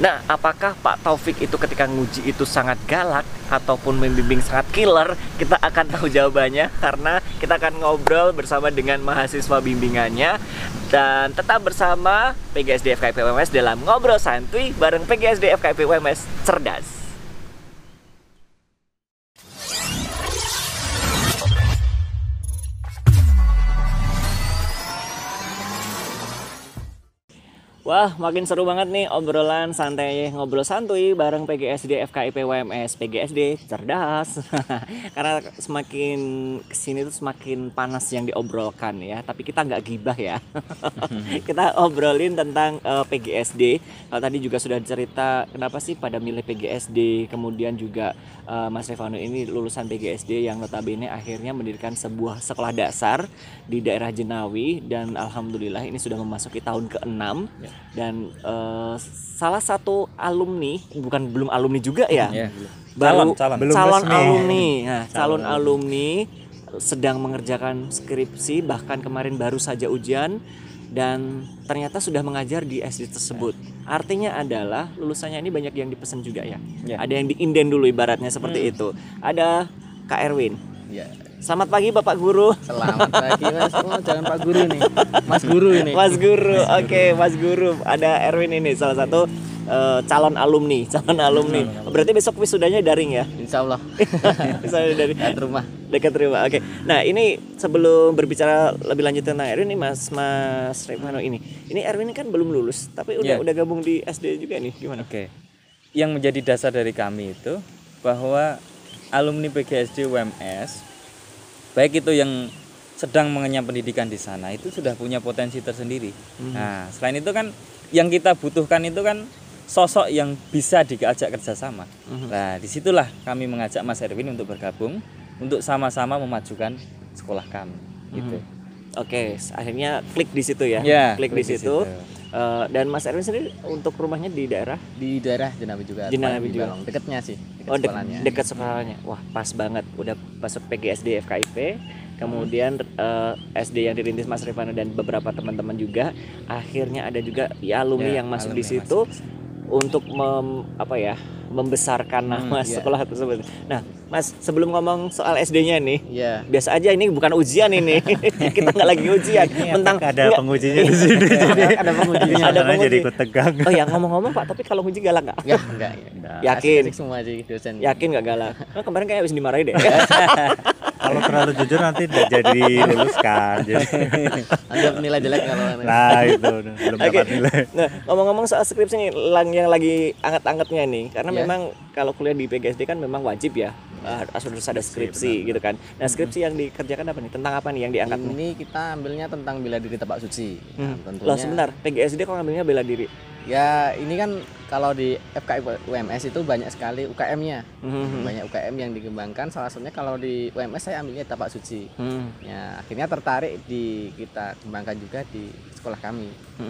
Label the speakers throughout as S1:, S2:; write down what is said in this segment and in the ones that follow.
S1: Nah, apakah Pak Taufik itu ketika nguji itu sangat galak ataupun membimbing sangat killer? Kita akan tahu jawabannya karena kita akan ngobrol bersama dengan mahasiswa bimbingannya. Dan tetap bersama PGSD FKIP UMS dalam Ngobrol Santuy bareng PGSD FKIP UMS Cerdas. Wah, makin seru banget nih obrolan santai ngobrol santuy bareng PGSD FKIP UMS. PGSD cerdas. Karena semakin kesini tuh semakin panas yang diobrolkan ya. Tapi kita nggak gibah ya. Kita obrolin tentang PGSD. Kalau tadi juga sudah cerita kenapa sih pada milih PGSD. Kemudian juga Mas Revano ini lulusan PGSD yang notabene akhirnya mendirikan sebuah sekolah dasar di daerah Jenawi. Dan alhamdulillah ini sudah memasuki tahun ke-6. Dan salah satu alumni, belum alumni juga ya, baru calon alumni. Nah, calon alumni sedang mengerjakan skripsi, bahkan kemarin baru saja ujian dan ternyata sudah mengajar di SD tersebut. Artinya adalah lulusannya ini banyak yang dipesan juga ya. Ada yang diinden dulu ibaratnya seperti itu. Ada Kak Erwin. Selamat pagi Bapak Guru.
S2: Selamat pagi Mas. Oh, jangan Pak Guru nih. Mas Guru ini.
S1: Mas Guru. Oke, Mas Guru. Ada Erwin ini salah satu calon alumni. Berarti besok wisudanya daring ya?
S2: Insya Allah.
S1: Dari dekat rumah. Oke. Nah, ini sebelum berbicara lebih lanjut tentang Erwin ini Mas Revano ini. Ini Erwin ini kan belum lulus, tapi udah gabung di SD juga nih. Gimana?
S3: Oke. Yang menjadi dasar dari kami itu bahwa alumni PGSD UMS baik itu yang sedang mengenyam pendidikan di sana itu sudah punya potensi tersendiri. Nah, selain itu kan yang kita butuhkan itu kan sosok yang bisa diajak kerjasama. Nah, disitulah kami mengajak Mas Erwin untuk bergabung untuk sama-sama memajukan sekolah kami. Gitu.
S1: Oke, akhirnya klik di situ ya. Klik di situ. Dan Mas Erwin sendiri untuk rumahnya di daerah
S2: Jenawi juga.
S1: Jenawi juga.
S2: Dekatnya sih.
S1: Dekat sekolahnya. Wah, pas banget. Udah masuk PGSD FKIP. Kemudian SD yang dirintis Mas Revano dan beberapa teman-teman juga. Akhirnya ada juga alumni yang masuk di situ untuk membesarkan nama sekolah tersebut. Nah, Mas, sebelum ngomong soal SD-nya nih, biasa aja ini bukan ujian ini. Kita nggak lagi ujian.
S4: Ada pengujinya di sini.
S1: Ada pengujinya.
S4: Ada penguji jadi ikut tegang.
S1: Oh ya, ngomong-ngomong Pak, tapi kalau uji galak nggak?
S2: Enggak.
S1: Yakin?
S2: Asik semua sih dosen.
S1: Yakin nggak galak? Nah, kemarin kayak habis dimarahin deh.
S4: Kalau terlalu jujur nanti tidak jadi luluskan. Jadi
S2: anggap nilai jelek kalau.
S4: Nah, itu belum dapat nilai.
S1: Nah, ngomong-ngomong soal skripsi nih, yang lagi anget-angetnya nih, karena memang kalau kuliah di PGSD kan memang wajib ya. Harus ada skripsi gitu kan. Nah, skripsi yang dikerjakan apa nih? Tentang apa nih yang diangkat?
S2: Ini kita ambilnya tentang bela diri tapak suci. Tentunya.
S1: Loh sebentar, PGSD kok ngambilnya bela diri?
S2: Ya, ini kan kalau di FKIP UMS itu banyak sekali UKM-nya. Banyak UKM yang dikembangkan. Salah satunya kalau di UMS saya ambilnya tapak suci. Ya, akhirnya tertarik kita kembangkan juga di sekolah kami.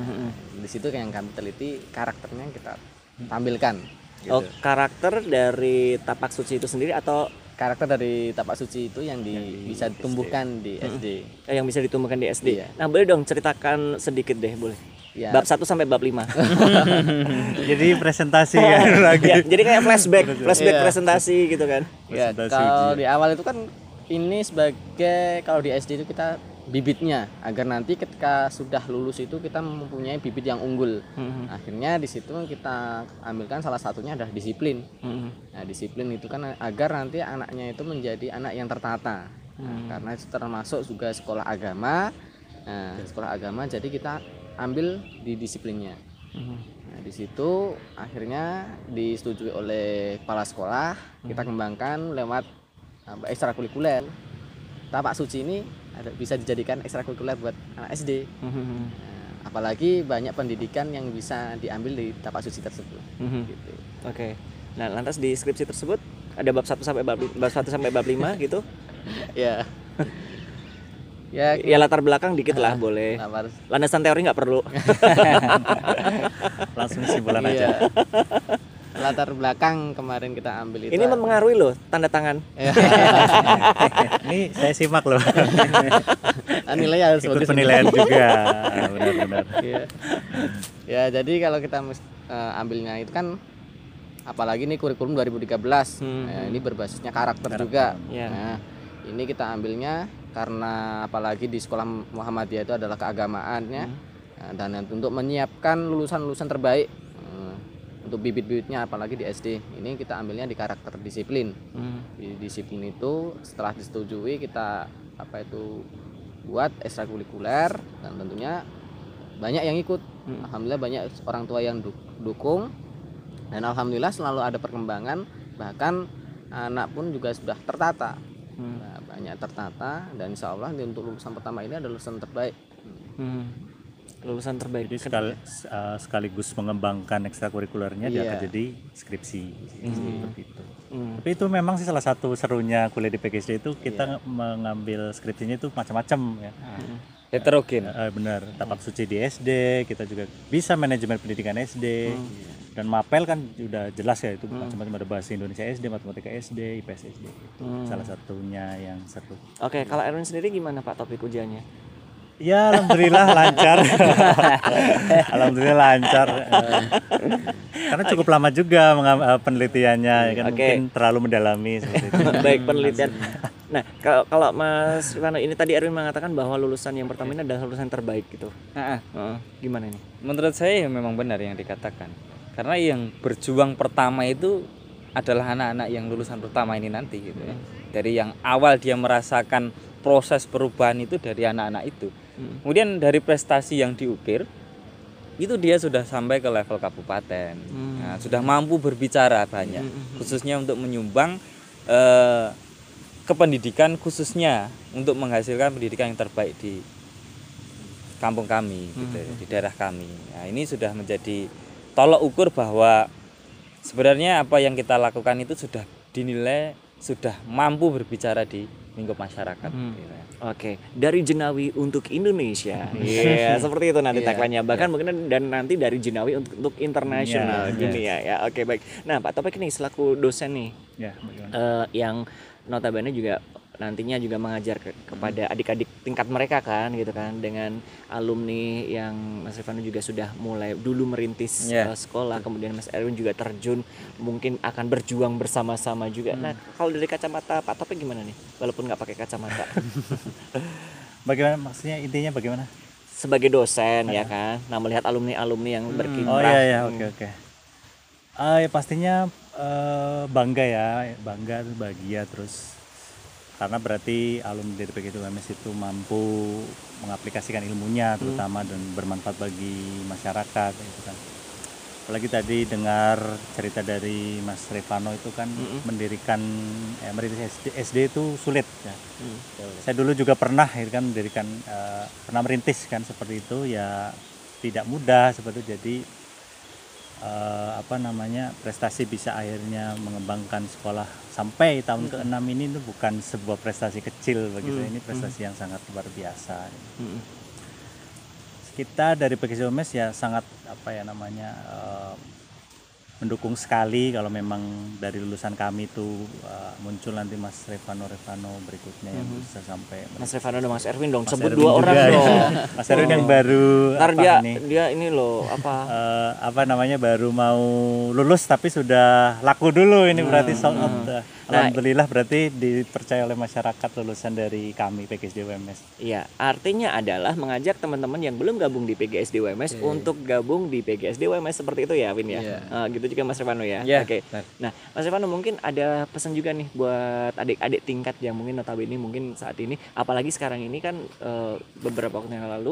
S2: Di situ yang kami teliti karakternya yang kita tampilkan. Gitu.
S1: Oh, karakter dari tapak suci itu sendiri atau
S2: karakter dari tapak suci itu yang bisa ditumbuhkan di SD.
S1: Yang bisa ditumbuhkan di SD.
S2: Iya.
S1: Nah, boleh dong ceritakan sedikit deh, boleh. Ya. Bab 1 sampai bab 5.
S4: Jadi presentasi kan lagi.
S1: Ya, jadi kayak flashback presentasi gitu kan.
S2: Ya, kalau di awal itu kan ini sebagai kalau di SD itu kita bibitnya agar nanti ketika sudah lulus itu kita mempunyai bibit yang unggul. Akhirnya di situ kita ambilkan salah satunya adalah disiplin. Nah, disiplin itu kan agar nanti anaknya itu menjadi anak yang tertata. Karena itu termasuk juga sekolah agama. Nah, sekolah agama jadi kita ambil di disiplinnya. Nah, di situ akhirnya disetujui oleh kepala sekolah, kita kembangkan lewat ekstrakurikuler. Tapak suci ini bisa dijadikan ekstrakurikuler buat anak SD. Nah, apalagi banyak pendidikan yang bisa diambil di tapak suci tersebut. Gitu.
S1: Oke. Nah, lantas di skripsi tersebut ada bab 1 sampai bab 5 gitu.
S2: Ya.
S1: Ya latar belakang dikit lah boleh. Landasan teori nggak perlu.
S4: Langsung simpulan aja.
S2: Latar belakang kemarin kita ambil itu.
S1: Ini mempengaruhi loh tanda tangan.
S4: Ini saya simak loh.
S2: Nilai harus
S4: ikut penilaian juga. Benar-benar.
S2: Ya, jadi kalau kita ambilnya itu kan apalagi ini kurikulum 2013. Nah, ini berbasisnya karakter juga.
S1: Iya.
S2: Nah, ini kita ambilnya karena apalagi di sekolah Muhammadiyah itu adalah keagamaannya. Nah, dan untuk menyiapkan lulusan-lulusan terbaik untuk bibit-bibitnya apalagi di SD. Ini kita ambilnya di karakter disiplin. Di disiplin itu setelah disetujui kita buat ekstrakurikuler dan tentunya banyak yang ikut. Alhamdulillah banyak orang tua yang dukung dan alhamdulillah selalu ada perkembangan, bahkan anak pun juga sudah tertata. Nah, banyak tertata dan insya Allah untuk lulusan pertama ini adalah lulusan terbaik.
S1: Lulusan terbaik.
S4: Jadi sekaligus mengembangkan ekstrakurikulernya dia
S2: Iya.
S4: akan jadi skripsi seperti itu. Tapi itu memang sih salah satu serunya kuliah di PGSD itu kita mengambil skripsinya itu macam-macam ya.
S3: Heterogen.
S4: Benar, tapak suci di SD, kita juga bisa manajemen pendidikan SD. Dan mapel kan udah jelas ya itu macam-macam, ada bahasa Indonesia SD, matematika SD, IPS SD. Salah satunya yang seru.
S1: Oke, kalau Erwin sendiri gimana Pak topik ujiannya?
S4: Ya alhamdulillah lancar. Alhamdulillah lancar. Karena cukup lama juga penelitiannya ya kan, mungkin terlalu mendalami seperti itu.
S1: Baik, penelitian. Nah, kalau Mas Rifano ini tadi Erwin mengatakan bahwa lulusan yang pertama ini adalah lulusan terbaik gitu. Gimana ini?
S3: Menurut saya memang benar yang dikatakan. Karena yang berjuang pertama itu adalah anak-anak yang lulusan pertama ini nanti gitu ya. Dari yang awal dia merasakan proses perubahan itu dari anak-anak itu. Kemudian dari prestasi yang diukir itu dia sudah sampai ke level kabupaten. Nah, sudah mampu berbicara banyak, khususnya untuk menyumbang kependidikan, khususnya untuk menghasilkan pendidikan yang terbaik di kampung kami gitu, di daerah kami. Nah, ini sudah menjadi tolok ukur bahwa sebenarnya apa yang kita lakukan itu sudah dinilai sudah mampu berbicara di lingkup masyarakat.
S1: Oke, dari Jenawi untuk Indonesia. Iya, seperti itu nanti tagline-nya. Bahkan mungkin dan nanti dari Jenawi untuk internasional dunia ya. Oke, baik. Nah, Pak Topik nih selaku dosen nih.
S4: Ya, bagaimana?
S1: Yang notabene juga nantinya juga mengajar kepada adik-adik tingkat mereka kan gitu kan, dengan alumni yang Mas Rifano juga sudah mulai dulu merintis sekolah, kemudian Mas Erwin juga terjun mungkin akan berjuang bersama-sama juga. Nah, kalau dari kacamata Pak Topik gimana nih walaupun nggak pakai kacamata?
S4: Bagaimana maksudnya, intinya bagaimana?
S1: Sebagai dosen ya kan, nah melihat alumni-alumni yang berkiprah.
S4: Oh iya, oke. Ya pastinya bangga ya, bangga, bahagia terus. Karena berarti alumni dari PGSD UMS itu mampu mengaplikasikan ilmunya terutama dan bermanfaat bagi masyarakat gitu kan. Apalagi tadi dengar cerita dari Mas Rifano itu kan mendirikan merintis SD itu sulit ya. Saya dulu juga pernah mendirikan pernah merintis kan seperti itu ya, tidak mudah seperti itu. Jadi prestasi bisa akhirnya mengembangkan sekolah sampai tahun ke-6 ini itu bukan sebuah prestasi kecil bagi saya, ini prestasi yang sangat luar biasa. Kita dari PGSD UMS ya sangat mendukung sekali kalau memang dari lulusan kami itu muncul nanti Mas Rifano berikutnya yang bisa sampai
S1: Mas Rifano dan Mas Erwin dong,
S4: Mas
S1: sebut
S4: Erwin
S1: dua orang
S4: juga,
S1: dong.
S4: ya. Mas Erwin yang baru
S1: Ntar dia ini loh
S4: baru mau lulus tapi sudah laku dulu ini berarti sold out. Alhamdulillah berarti dipercaya oleh masyarakat lulusan dari kami PGSD UMS.
S1: Iya, artinya adalah mengajak teman-teman yang belum gabung di PGSD UMS untuk gabung di PGSD UMS seperti itu ya, Win ya. Gitu juga Mas Rifano ya. Oke. Nah, Mas Rifano mungkin ada pesan juga nih buat adik-adik tingkat yang mungkin notabene mungkin saat ini, apalagi sekarang ini kan beberapa waktu yang lalu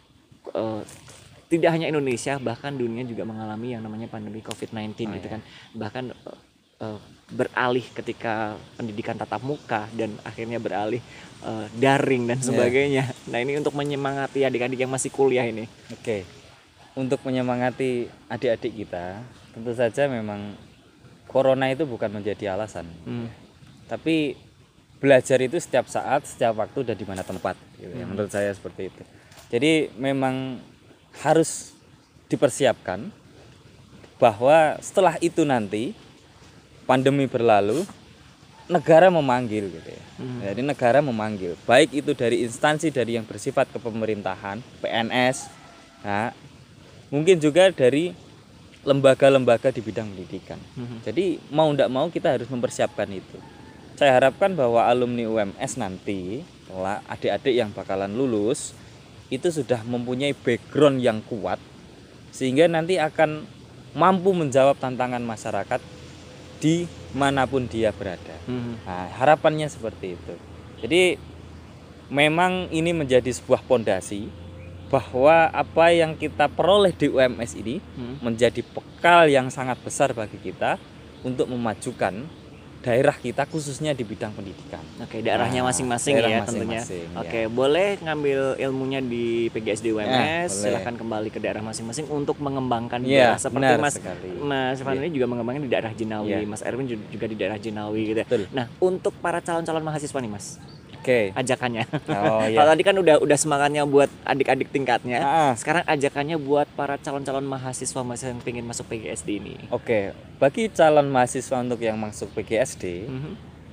S1: tidak hanya Indonesia, bahkan dunia juga mengalami yang namanya pandemi COVID-19 gitu kan. Bahkan beralih ketika pendidikan tatap muka dan akhirnya beralih daring dan sebagainya. Nah, ini untuk menyemangati adik-adik yang masih kuliah ini.
S3: Oke. Untuk menyemangati adik-adik kita, tentu saja memang corona itu bukan menjadi alasan. Tapi belajar itu setiap saat, setiap waktu dan di mana tempat gitu ya. Menurut saya seperti itu. Jadi memang harus dipersiapkan bahwa setelah itu nanti pandemi berlalu, negara memanggil gitu ya. Jadi negara memanggil, baik itu dari instansi dari yang bersifat kepemerintahan, PNS, nah, mungkin juga dari lembaga-lembaga di bidang pendidikan. Jadi mau tidak mau kita harus mempersiapkan itu. Saya harapkan bahwa alumni UMS nanti, kelak adik-adik yang bakalan lulus itu sudah mempunyai background yang kuat sehingga nanti akan mampu menjawab tantangan masyarakat di manapun dia berada. Nah, harapannya seperti itu. Jadi memang ini menjadi sebuah pondasi bahwa apa yang kita peroleh di UMS ini menjadi bekal yang sangat besar bagi kita untuk memajukan daerah kita khususnya di bidang pendidikan.
S1: Oke, daerahnya masing-masing
S3: daerah
S1: ya tentunya.
S3: masing-masing,
S1: Oke,
S3: ya.
S1: boleh ngambil ilmunya di PGSD UMS,
S3: boleh.
S1: silahkan kembali ke daerah masing-masing untuk mengembangkan
S3: Ya,
S1: daerah seperti
S3: benar
S1: Mas
S3: sekali.
S1: Mas Ivan ini juga mengembangkan di daerah Jinawi,
S3: Ya.
S1: Mas Erwin juga di daerah Jinawi gitu.
S3: Betul.
S1: Nah, untuk para calon-calon mahasiswa nih, Mas.
S3: Oke.
S1: Ajakannya.
S3: Oh, iya.
S1: Kalau tadi kan udah semangatnya buat adik-adik tingkatnya.
S3: Ah.
S1: Sekarang ajakannya buat para calon-calon mahasiswa yang pengen masuk PGSD ini.
S3: Oke, bagi calon mahasiswa untuk yang masuk PGSD
S1: Mhm.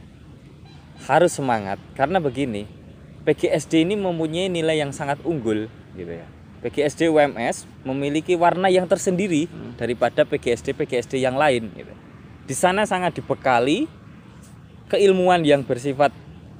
S3: harus semangat karena begini, PGSD ini mempunyai nilai yang sangat unggul gitu ya. PGSD UMS memiliki warna yang tersendiri daripada PGSD yang lain gitu. Di sana sangat dibekali keilmuan yang bersifat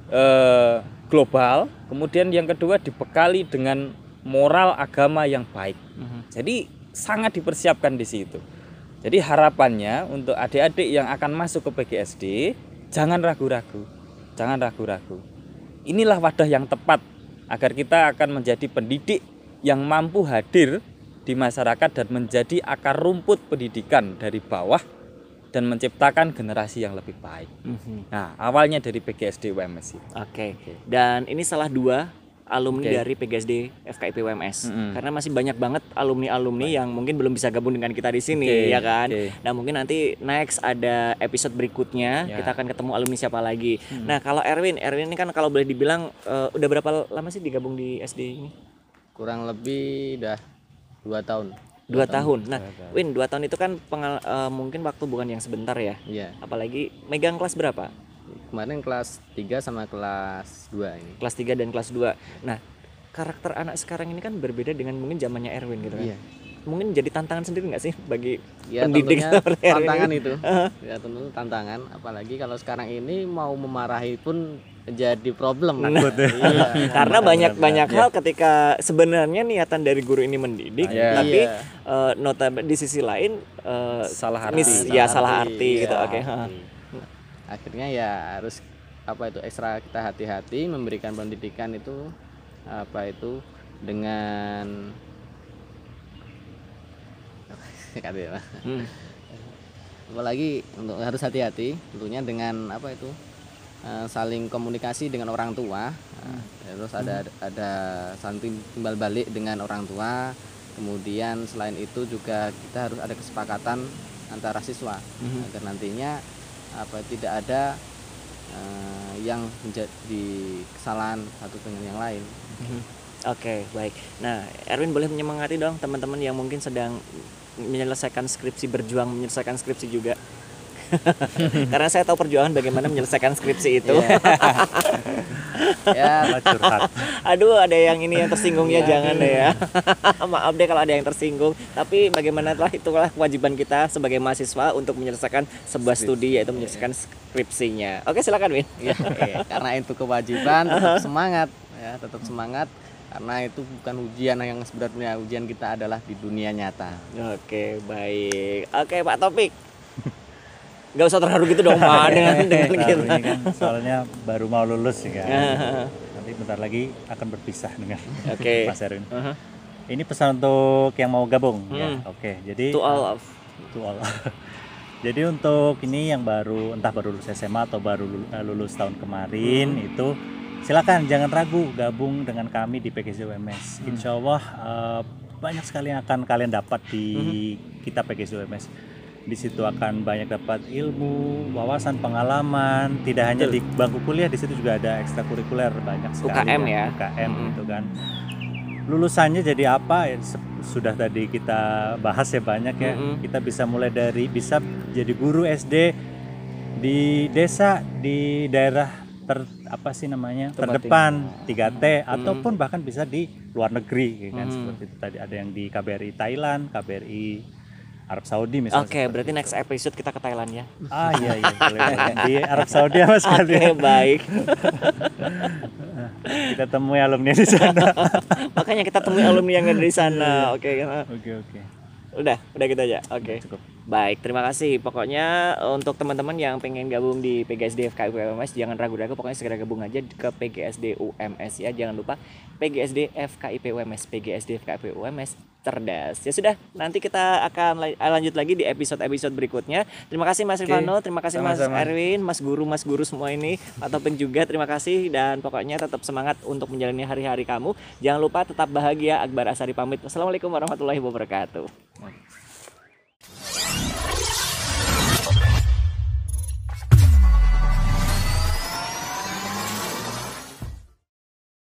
S3: global, kemudian yang kedua dibekali dengan moral agama yang baik. Jadi sangat dipersiapkan di situ. Jadi harapannya untuk adik-adik yang akan masuk ke PGSD jangan ragu-ragu. Jangan ragu-ragu. Inilah wadah yang tepat agar kita akan menjadi pendidik yang mampu hadir di masyarakat dan menjadi akar rumput pendidikan dari bawah dan menciptakan generasi yang lebih baik. Nah, awalnya dari PGSD UMS.
S1: Oke. Dan ini salah dua alumni
S3: Oke.
S1: dari PGSD FKIP UMS. Karena masih banyak banget alumni-alumni yang mungkin belum bisa gabung dengan kita di sini,
S3: Oke,
S1: ya kan?
S3: oke.
S1: Nah, mungkin nanti next ada episode berikutnya
S3: Ya.
S1: kita akan ketemu alumni siapa lagi. Nah, kalau Erwin ini kan kalau boleh dibilang udah berapa lama sih digabung di SD ini?
S2: Kurang lebih udah 2 tahun.
S1: 2 tahun. Nah, Win, 2 tahun itu kan mungkin waktu bukan yang sebentar ya.
S2: Iya.
S1: Apalagi megang kelas berapa?
S2: Kemarin kelas 3 sama kelas 2 ini.
S1: Kelas 3 dan kelas 2. Nah, karakter anak sekarang ini kan berbeda dengan mungkin zamannya Erwin gitu kan.
S2: Iya.
S1: Mungkin jadi tantangan sendiri nggak sih bagi
S2: Ya
S1: pendidik
S2: tentunya
S1: seperti Erwin
S2: tantangan
S1: ini?
S2: itu. Ya tentu tantangan, apalagi kalau sekarang ini mau memarahi pun jadi problem. Iya.
S1: Karena banyak hal ketika sebenarnya niatan dari guru ini mendidik,
S3: Iya.
S1: tapi
S2: Iya.
S1: notabene di sisi lain
S3: Salah arti.
S1: salah arti gitu.
S2: Iya.
S1: Oke. Ha.
S2: Akhirnya ya harus ekstra kita hati-hati memberikan pendidikan itu dengan apalagi untuk harus hati-hati tentunya dengan saling komunikasi dengan orang tua. Terus ada saling timbal balik dengan orang tua. Kemudian selain itu juga kita harus ada kesepakatan antara siswa agar nantinya tidak ada yang menjadi kesalahan satu dengan yang lain.
S1: Oke, baik. Nah, Erwin boleh menyemangati dong teman-teman yang mungkin sedang menyelesaikan skripsi, berjuang menyelesaikan skripsi juga. Karena saya tahu perjuangan bagaimana menyelesaikan skripsi itu.
S2: Ya,
S4: Malah curhat.
S1: Aduh, ada yang ini yang tersinggung ya, jangan deh ya. Maaf deh kalau ada yang tersinggung. Tapi bagaimanapun itulah kewajiban kita sebagai mahasiswa untuk menyelesaikan sebuah studi, yaitu menyelesaikan skripsinya. Oke, silakan Win.
S2: ya, karena itu kewajiban, tetap semangat ya, tetap semangat karena itu bukan ujian yang sebenarnya, ujian kita adalah di dunia nyata.
S1: Oke, baik. Oke, Pak Topik. Gak usah terharu gitu dong, Pak, dengan
S4: Baru
S1: gitu.
S4: ini kan soalnya baru mau lulus ya kan. Nanti bentar lagi akan berpisah dengan
S1: Oke.
S4: Mas Erwin. Ini pesan untuk yang mau gabung ya. Oke, jadi
S1: To all of.
S4: to all. Jadi untuk ini yang entah baru lulus SMA atau baru lulus tahun kemarin itu silakan jangan ragu gabung dengan kami di PGSD UMS. Insya Allah banyak sekali yang akan kalian dapat di kita PGSD UMS. Di situ akan banyak dapat ilmu, wawasan, pengalaman. Tidak hanya di bangku kuliah, di situ juga ada ekstrakurikuler banyak sekali.
S1: UKM ya.
S4: UKM gitu kan. Lulusannya jadi apa? Sudah tadi kita bahas ya banyak ya. Kita bisa mulai dari bisa jadi guru SD di desa, di daerah terdepan 3T ataupun bahkan bisa di luar negeri ya kan, seperti itu tadi ada yang di KBRI Thailand, KBRI Arab Saudi misalnya.
S1: Oke, berarti next episode kita ke Thailand ya.
S4: Ah iya iya boleh, boleh. Di Arab Saudi ya Mas
S1: Oke,
S4: sekalian.
S1: baik.
S4: Kita temui alumni di sana.
S1: Makanya kita temui alumni yang ada di sana. Oke,
S4: Oke.
S1: udah gitu aja. Oke.
S4: Cukup.
S1: Baik, terima kasih. Pokoknya untuk teman-teman yang pengen gabung di PGSD FKIP UMS jangan ragu-ragu, pokoknya segera gabung aja ke PGSD UMS ya. Jangan lupa PGSD FKIP UMS, PGSD FKIP UMS cerdas. Ya sudah, nanti kita akan lanjut lagi di episode-episode berikutnya. Terima kasih Mas Rifano, terima kasih Mas
S3: sama-sama.
S1: Erwin, Mas guru semua ini, Pak Topeng juga terima kasih, dan pokoknya tetap semangat untuk menjalani hari-hari kamu. Jangan lupa tetap bahagia. Akbar Asari pamit. Wassalamualaikum warahmatullahi wabarakatuh.